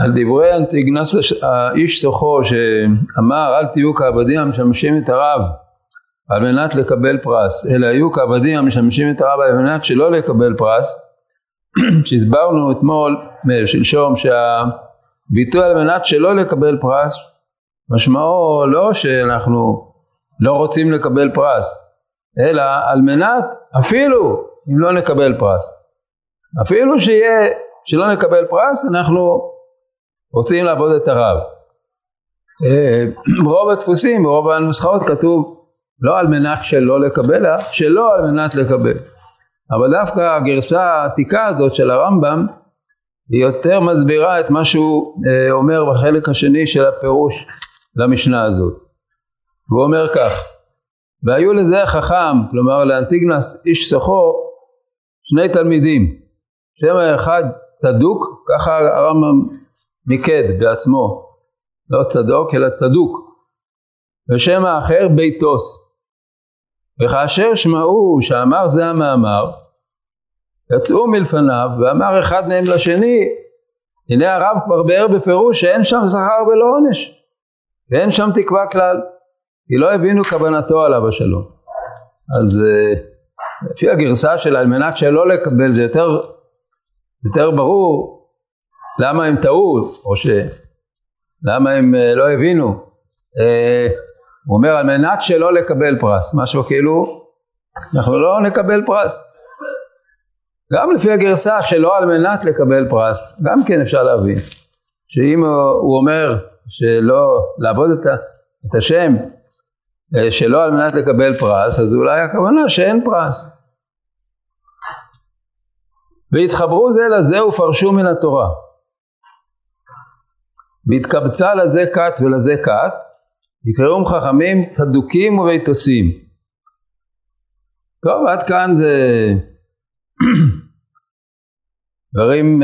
על דברי אנטיגנס האיש סוחו שאמר אל תהיו כעבדים המשמשים את הרב על מנת לקבל פרס, אלא היו כעבדים המשמשים את הרב על מנת שלא לקבל פרס. שהסברנו אתמול שלשום שהביטוי על מנת שלא לקבל פרס משמעו לא שאנחנו לא רוצים לקבל פרס, אלא על מנת אפילו אם לא נקבל פרס, אפילו שלא נקבל פרס אנחנו רוצים לעבוד את הרב. ברוב הדפוסים, ברוב הנוסחאות כתוב לא על מנת שלא לקבל, אלא שלא על מנת לקבל. אבל דווקא הגרסה העתיקה הזאת של הרמב"ם היא יותר מסבירה את מה שהוא אומר בחלק השני של הפירוש למשנה הזאת. הוא אומר כך: והיו לזה חכם, כלומר לאנטיגנס איש סוחו, שני תלמידים, שם האחד צדוק, ככה הרמב"ם מיקד בעצמו, לא צדוק אלא צדוק, ושם האחר ביתוס. וכאשר שמעו שאמר זה המאמר, יצאו מלפניו, ואמר אחד מהם לשני, הנה הרב כבר באר בפירוש שאין שם שכר ולא עונש, ואין שם תקווה כלל, כי לא הבינו כוונתו עליו השלום. אז לפי הגרסה של על מנת שלא לקבל זה יותר ברור למה הם טעו, או למה הם לא הבינו. הוא אומר על מנת שלא לקבל פרס, משהו כאילו אנחנו לא נקבל פרס. גם לפי הגרסה שלא על מנת לקבל פרס, גם כן אפשר להבין שאם הוא אומר שלא לעבוד את השם שלא על מנת לקבל פרס, אז אולי הכוונה שאין פרס. והתחברו זה לזה ופרשו מן התורה, והתקבצה לזה כת ולזה כת, יקראום חכמים צדוקים וביתוסים. טוב, עד כאן זה דברים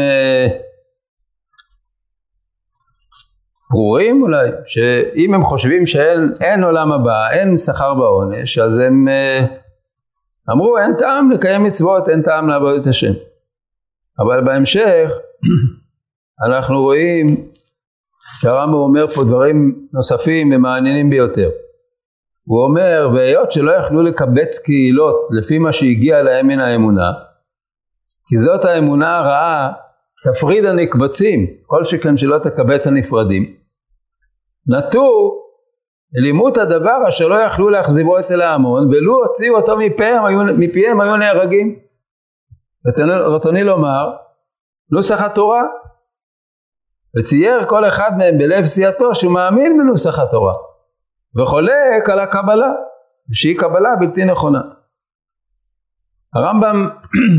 ברורים אולי, שאם הם חושבים שאין עולם הבא, אין שכר בעונש, אז הם אמרו אין טעם לקיים מצוות, אין טעם לעבוד את השם. אבל בהמשך אנחנו רואים שהרמב"ם אומר פה דברים נוספים ומעניינים ביותר. הוא אומר, והיות שלא יכלו לקבץ קהילות לפי מה שהגיע להם מן האמונה, כי זאת האמונה הרעה תפריד הנקבצים, כל שכן שלא תקבץ הנפרדים, נטו לימות הדבר אשר לא יכלו להחזיבו אצל ההמון, ולו הוציאו אותו מפיהם היו נהרגים. רצוני לומר, נוסח התורה, וצייר כל אחד מהם בלב סיעתו שהוא מאמין בנוסח התורה, וחולק על הקבלה, שהיא קבלה בלתי נכונה. הרמב"ם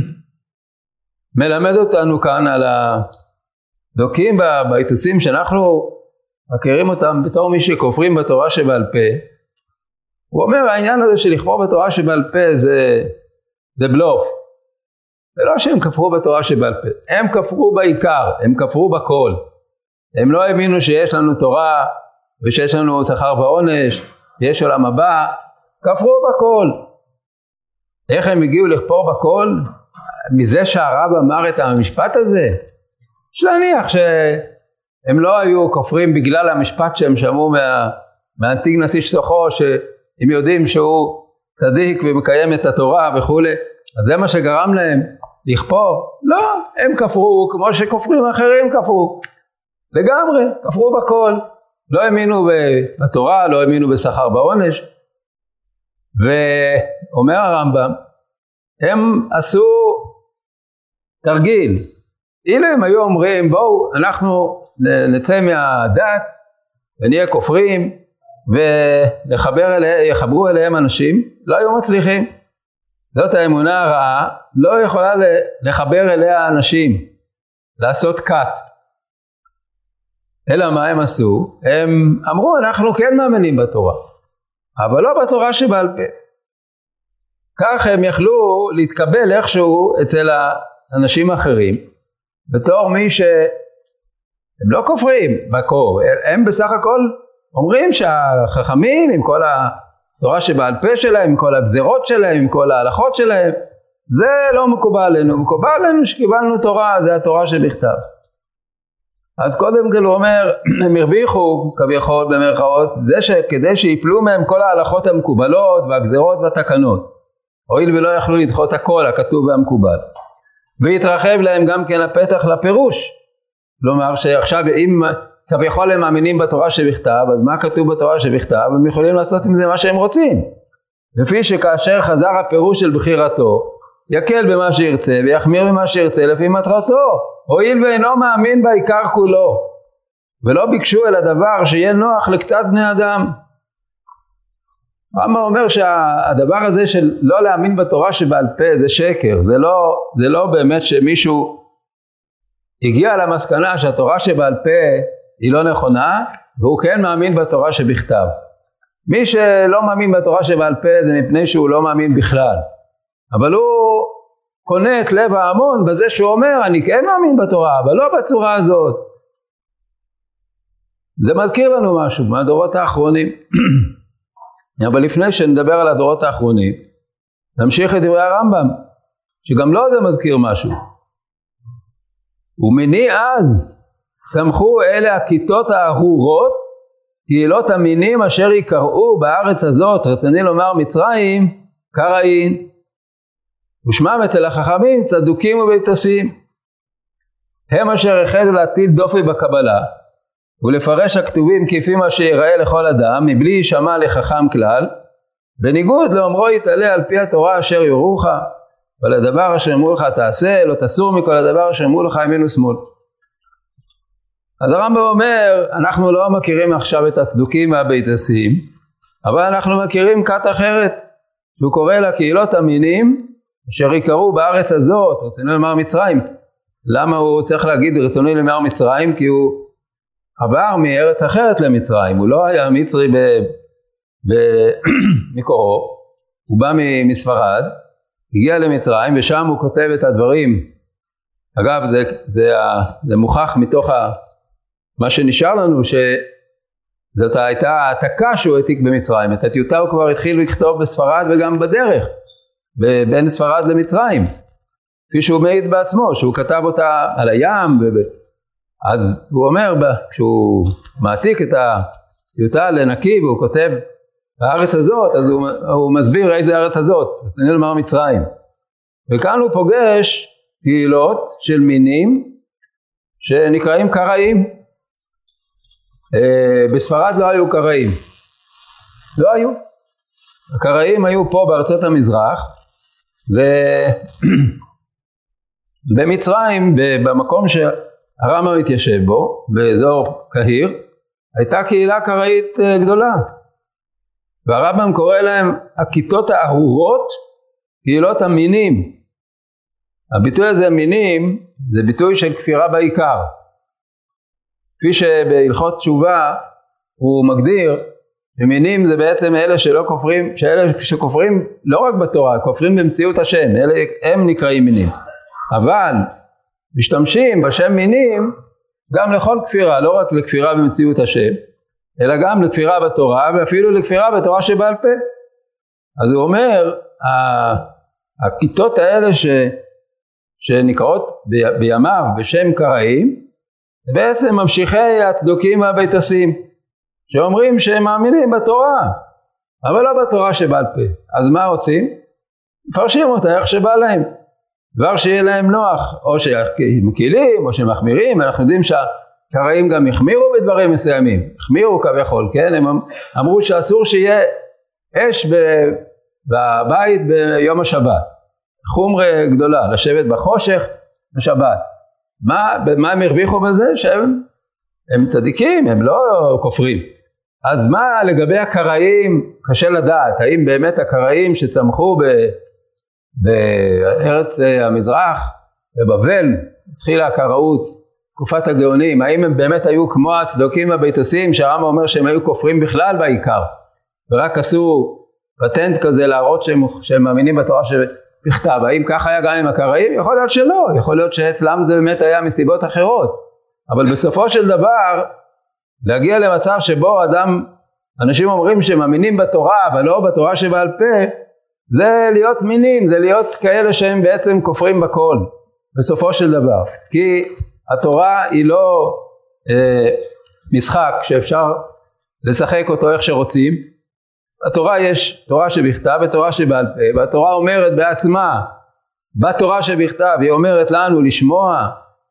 מלמד אותנו כאן על הצדוקים והביתוסים שאנחנו מכירים אותם בתור מי שכופרים בתורה שבעל פה. הוא אומר העניין הזה של לכפור בתורה שבעל פה זה בלוף. זה לא שהם כפרו בתורה שבעל פה, הם כפרו בעיקר, הם כפרו בכל. הם לא האמינו שיש לנו תורה ושיש לנו שכר ועונש, יש עולם הבא, כפרו בכל. איך הם הגיעו לכפור בכל? מזה שהרב אמר את המשפט הזה? יש להניח שהם לא היו כופרים בגלל המשפט שהם שמעו מהאנטיגנס איש סוחו, שהם יודעים שהוא צדיק ומקיים את התורה וכו'. אז זה מה שגרם להם לכפור? לא, הם כפרו כמו שכופרים אחרים כפרו. לגמרי, כפרו בכל. לא האמינו בתורה, לא האמינו בשכר בעונש. ואומר הרמב"ם, הם עשו תרגיל. אילו הם היו אומרים, בואו אנחנו נצא מהדת ונהיה כופרים ויחברו אליהם אנשים, לא היו מצליחים. זאת האמונה הרעה, לא יכולה לחבר אליה אנשים, לעשות כת. אלא מה הם עשו? הם אמרו, אנחנו כן מאמינים בתורה, אבל לא בתורה שבעל פה. כך הם יכלו להתקבל איכשהו אצל האנשים האחרים, בתור מי שהם לא כופרים בקור, הם בסך הכל אומרים שהחכמים עם כל התורה שבעל פה שלהם, עם כל הגזירות שלהם, עם כל ההלכות שלהם, זה לא מקובל עלינו, מקובל עלינו שקיבלנו תורה, זה התורה שבכתב. אז קודם כל הוא אומר, הם הרוויחו כביכול במרכאות, זה שכדי שיפלו מהם כל ההלכות המקובלות והגזרות והתקנות, הואיל ולא יכלו לדחות הכל הכתוב והמקובל, והתרחב להם גם כן הפתח לפירוש. כלומר שעכשיו אם כביכול הם מאמינים בתורה שבכתב, אז מה כתוב בתורה שבכתב? הם יכולים לעשות עם זה מה שהם רוצים. לפי שכאשר חזר הפירוש של בחירתו, יקל במה שירצה ויחמיר במה שירצה לפי מטרתו, הואיל ואינו מאמין בעיקר כולו, ולא ביקשו אל הדבר שיהיה נוח לקצת בני אדם. רמב"ם אומר שהדבר הזה של לא להאמין בתורה שבעל פה זה שקר, זה לא באמת שמישהו הגיע למסקנה שהתורה שבעל פה היא לא נכונה, והוא כן מאמין בתורה שבכתב. מי שלא מאמין בתורה שבעל פה זה מפני שהוא לא מאמין בכלל, אבל הוא קונה את לב ההמון בזה שהוא אומר אני כן מאמין בתורה, אבל לא בצורה הזאת. זה מזכיר לנו משהו מהדורות האחרונים. אבל לפני שנדבר על הדורות האחרונים, נמשיך את דברי הרמב"ם, שגם לו זה מזכיר משהו. ומני אז צמחו אלה הכיתות הארורות, קהילות המינים אשר יקראו בארץ הזאת, רצוני לומר מצרים, קראין, ושמם אצל החכמים צדוקים וביתוסים. הם אשר החלו להטיל דופי בקבלה, ולפרש הכתובים כפי מה שיראה לכל אדם, מבלי יישמע לחכם כלל, בניגוד לאומרו יתעלה על פי התורה אשר יורוך, ולדבר אשר אמרו לך תעשה, לא תסור מכל הדבר אשר אמרו לך ימין ושמאל. אז הרמב"ם אומר, אנחנו לא מכירים עכשיו את הצדוקים והביתוסים, אבל אנחנו מכירים כת אחרת, שהוא קורא לקהילות המינים, אשר יקראו בארץ הזאת, רצוני לומר מצרים. למה הוא צריך להגיד רצוני לומר מצרים? כי הוא עבר מארץ אחרת למצרים, הוא לא היה מצרי במקורו, הוא בא מספרד, הגיע למצרים ושם הוא כותב את הדברים. אגב זה מוכח מתוך מה שנשאר לנו, שזאת הייתה העתקה שהוא העתיק במצרים, את הטיוטה הוא כבר התחיל לכתוב בספרד וגם בדרך, בין ספרד למצרים, כפי שהוא מעיד בעצמו, שהוא כתב אותה על הים, אז הוא אומר, כשהוא מעתיק את הטיוטה לנקי, והוא כותב בארץ הזאת, אז הוא מסביר איזה ארץ הזאת, רצוני לומר מצרים. וכאן הוא פוגש קהילות של מינים, שנקראים קראים. בספרד לא היו קראים, לא היו. הקראים היו פה בארצות המזרח, ובמצרים, במקום שהרמב"ם התיישב בו, באזור קהיר, הייתה קהילה קראית גדולה. והרמב"ם קורא להם הכיתות הארורות, קהילות המינים. הביטוי הזה מינים, זה ביטוי של כפירה בעיקר. כפי שבהלכות תשובה הוא מגדיר, ומינים זה בעצם אלה שלא כופרים, שאלה שכופרים לא רק בתורה, כופרים במציאות השם, אלה הם נקראים מינים. אבל משתמשים בשם מינים גם לכל כפירה, לא רק לכפירה במציאות השם, אלא גם לכפירה בתורה, ואפילו לכפירה בתורה שבעל פה. אז הוא אומר, הכיתות האלה שנקראות בימיו בשם קראים, זה בעצם ממשיכי הצדוקים והביתוסים, שאומרים שהם מאמינים בתורה, אבל לא בתורה שבעל פה. אז מה עושים? מפרשים אותה איך שבא להם, דבר שיהיה להם נוח, או שמקילים, או שמחמירים. אנחנו יודעים שהקראים גם החמירו בדברים מסוימים, החמירו כביכול, כן? הם אמרו שאסור שיהיה אש בבית ביום השבת, חומרה גדולה, לשבת בחושך בשבת. מה הם הרוויחו בזה? שהם צדיקים, הם לא כופרים. אז מה לגבי הקראים? קשה לדעת, האם באמת הקראים שצמחו בארץ המזרח, בבבל, התחילה הקראות, תקופת הגאונים, האם הם באמת היו כמו הצדוקים והביתוסים, שהרמב"ם אומר שהם היו כופרים בכלל בעיקר, ורק עשו פטנט כזה להראות שהם מאמינים בתורה שבכתב? האם ככה היה גם עם הקראים? יכול להיות שלא, יכול להיות שאצלם זה באמת היה מסיבות אחרות, אבל בסופו של דבר, להגיע למצב שבו אנשים אומרים שהם מאמינים בתורה, אבל לא בתורה שבעל פה, זה להיות מינים, זה להיות כאלה שהם בעצם כופרים בכל, בסופו של דבר. כי התורה היא לא משחק שאפשר לשחק אותו איך שרוצים. התורה יש תורה שבכתב ותורה שבעל פה, והתורה אומרת בעצמה, בתורה שבכתב היא אומרת לנו לשמוע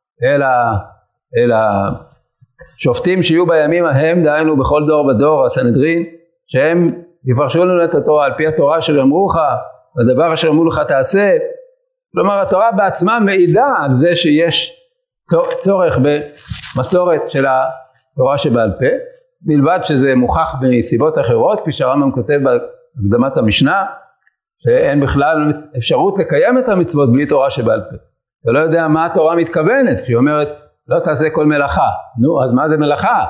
אל השופטים שיהיו בימים ההם, דהיינו בכל דור ודור, הסנהדרין, שהם יפרשו לנו את התורה על פי התורה אשר אמרו לך, הדבר אשר אמרו לך תעשה. כלומר התורה בעצמה מעידה על זה שיש צורך במסורת של התורה שבעל פה, מלבד שזה מוכח מסיבות אחרות, כפי שהרמב"ם כותב בהקדמת המשנה, שאין בכלל אפשרות לקיים את המצוות בלי תורה שבעל פה. אתה לא יודע מה התורה מתכוונת, כשהיא אומרת לא תעשה כל מלאכה. נו, אז מה זה מלאכה?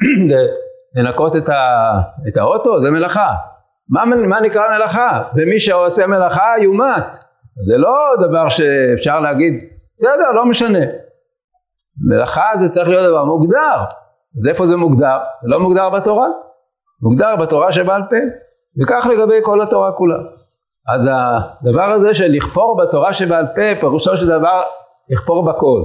לנקות את האוטו זה מלאכה. מה נקרא מלאכה? ומי שעושה מלאכה יומת. זה לא דבר שאפשר להגיד בסדר, לא משנה. מלאכה זה צריך להיות דבר מוגדר. אז איפה זה מוגדר? זה לא מוגדר בתורה. מוגדר בתורה שבעל פה. וכך לגבי כל התורה כולה. אז הדבר הזה של לכפור בתורה שבעל פה, פירושו של דבר לכפור בכל.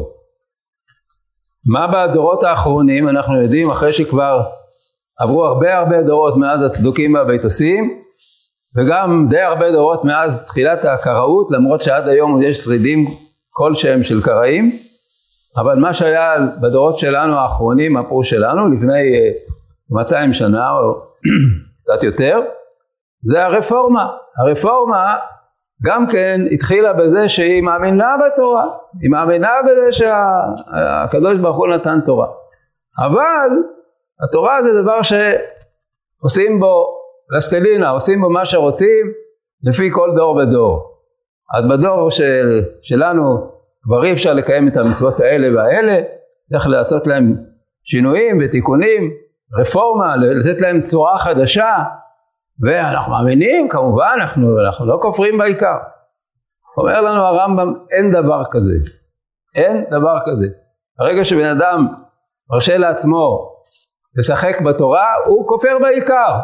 מה בדורות האחרונים אנחנו יודעים, אחרי שכבר עברו הרבה דורות מאז הצדוקים והבייתוסים, וגם די הרבה דורות מאז תחילת הקראות, למרות שעד היום יש שרידים כלשהם של קראים, אבל מה שהיה בדורות שלנו האחרונים, הפירוש שלנו, לפני 200 שנה או קצת יותר, זה הרפורמה. הרפורמה גם כן התחילה בזה שהיא מאמינה בתורה, היא מאמינה בזה שהקדוש ברוך הוא נתן תורה. אבל התורה זה דבר שעושים בו לסטלינה, עושים בו מה שרוצים לפי כל דור ודור. אז בדור שלנו כבר אי אפשר לקיים את המצוות האלה והאלה, צריך לעשות להם שינויים ותיקונים, רפורמה, לתת להם צורה חדשה, ואנחנו מאמינים, כמובן, אנחנו לא כופרים בעיקר. אומר לנו הרמב"ם, אין דבר כזה. אין דבר כזה. הרגע שבן אדם מרשה לעצמו לשחק בתורה, הוא כופר בעיקר.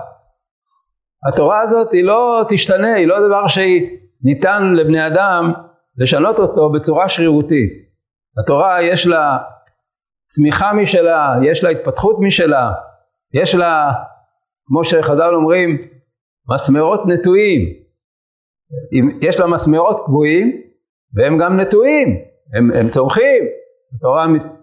התורה הזאת היא לא תשתנה, היא לא דבר שניתן לבני אדם לשנות אותו בצורה שרירותית. התורה יש לה צמיחה משלה, יש לה התפתחות משלה, יש לה, כמו שחז"ל אומרים, מסמרות נטועים. יש לה מסמרות קבועים והם גם נטועים, הם צומחים. התורה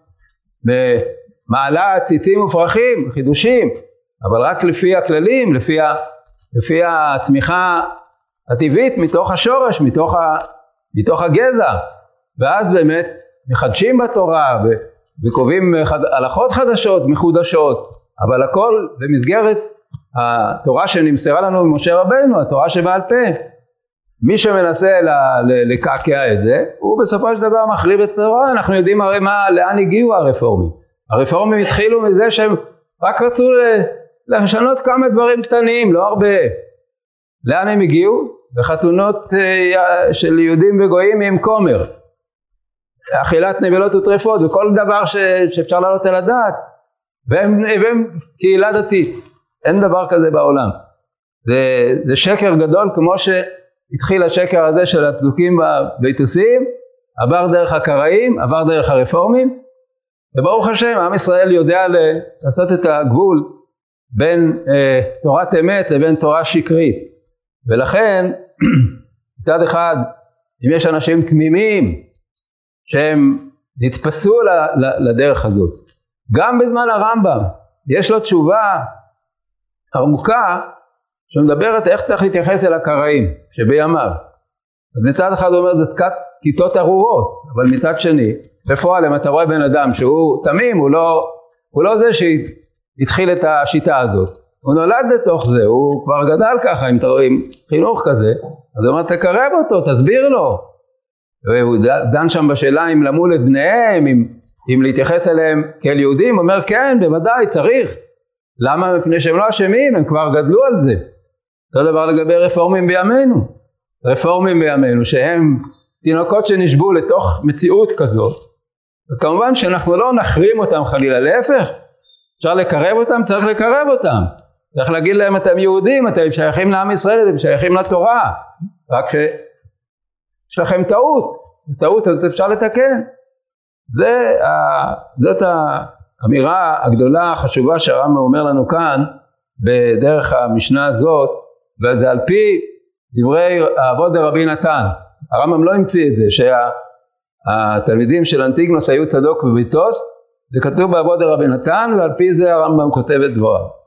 מעלה ציצים ופרחים, חידושים, אבל רק לפי הכללים, לפי הצמיחה הטבעית מתוך השורש, מתוך הגזע. ואז באמת מחדשים בתורה וקובעים הלכות חדשות, מחודשות, אבל הכל במסגרת התורה שנמסרה לנו ממשה רבנו, התורה שבעל פה. מי שמנסה לקעקע את זה, הוא בסופו של דבר מחריב את התורה. אנחנו יודעים הרי לאן הגיעו הרפורמים. הרפורמים התחילו מזה שהם רק רצו לשנות כמה דברים קטנים, לא הרבה. לאן הם הגיעו? בחתונות של יהודים וגויים עם כומר. אכילת נבלות וטרפות וכל דבר שאפשר לעלות על הדעת. והם קהילה דתית. אין דבר כזה בעולם. זה שקר גדול, כמו שהתחיל השקר הזה של הצדוקים והבייתוסים, עבר דרך הקראים, עבר דרך הרפורמים, וברוך השם, עם ישראל יודע לעשות את הגבול בין תורת אמת לבין תורה שקרית. ולכן, מצד אחד, אם יש אנשים תמימים שהם נתפסו לדרך הזאת, גם בזמן הרמב"ם, יש לו תשובה ארוכה שמדברת איך צריך להתייחס אל הקראים שבימיו. אז מצד אחד הוא אומר זה כיתות ארורות, אבל מצד שני בפועל אם אתה רואה בן אדם שהוא תמים, הוא לא זה שהתחיל את השיטה הזאת, הוא נולד לתוך זה, הוא כבר גדל ככה, אם אתה רואה עם חינוך כזה, אז הוא אומר תקרב אותו, תסביר לו, והוא דן שם בשאלה אם למול את בניהם, אם להתייחס אליהם כאל יהודים, הוא אומר כן בוודאי צריך. למה? מפני שהם לא אשמים, הם כבר גדלו על זה. אותו דבר לגבי רפורמים בימינו. רפורמים בימינו שהם תינוקות שנשבו לתוך מציאות כזאת. אז כמובן שאנחנו לא נחרים אותם חלילה, להפך. אפשר לקרב אותם, צריך לקרב אותם. צריך להגיד להם אתם יהודים, אתם שייכים לעם ישראל, אתם שייכים לתורה. רק שיש לכם טעות. טעות הזאת אפשר לתקן. זאת האמירה הגדולה החשובה שהרמב"ם אומר לנו כאן בדרך המשנה הזאת, וזה על פי דברי האבות דרבי נתן. הרמב"ם לא המציא את זה שהתלמידים של אנטיגנוס היו צדוק וביטוס, זה כתוב באבות דרבי נתן, ועל פי זה הרמב"ם כותב את דבריו.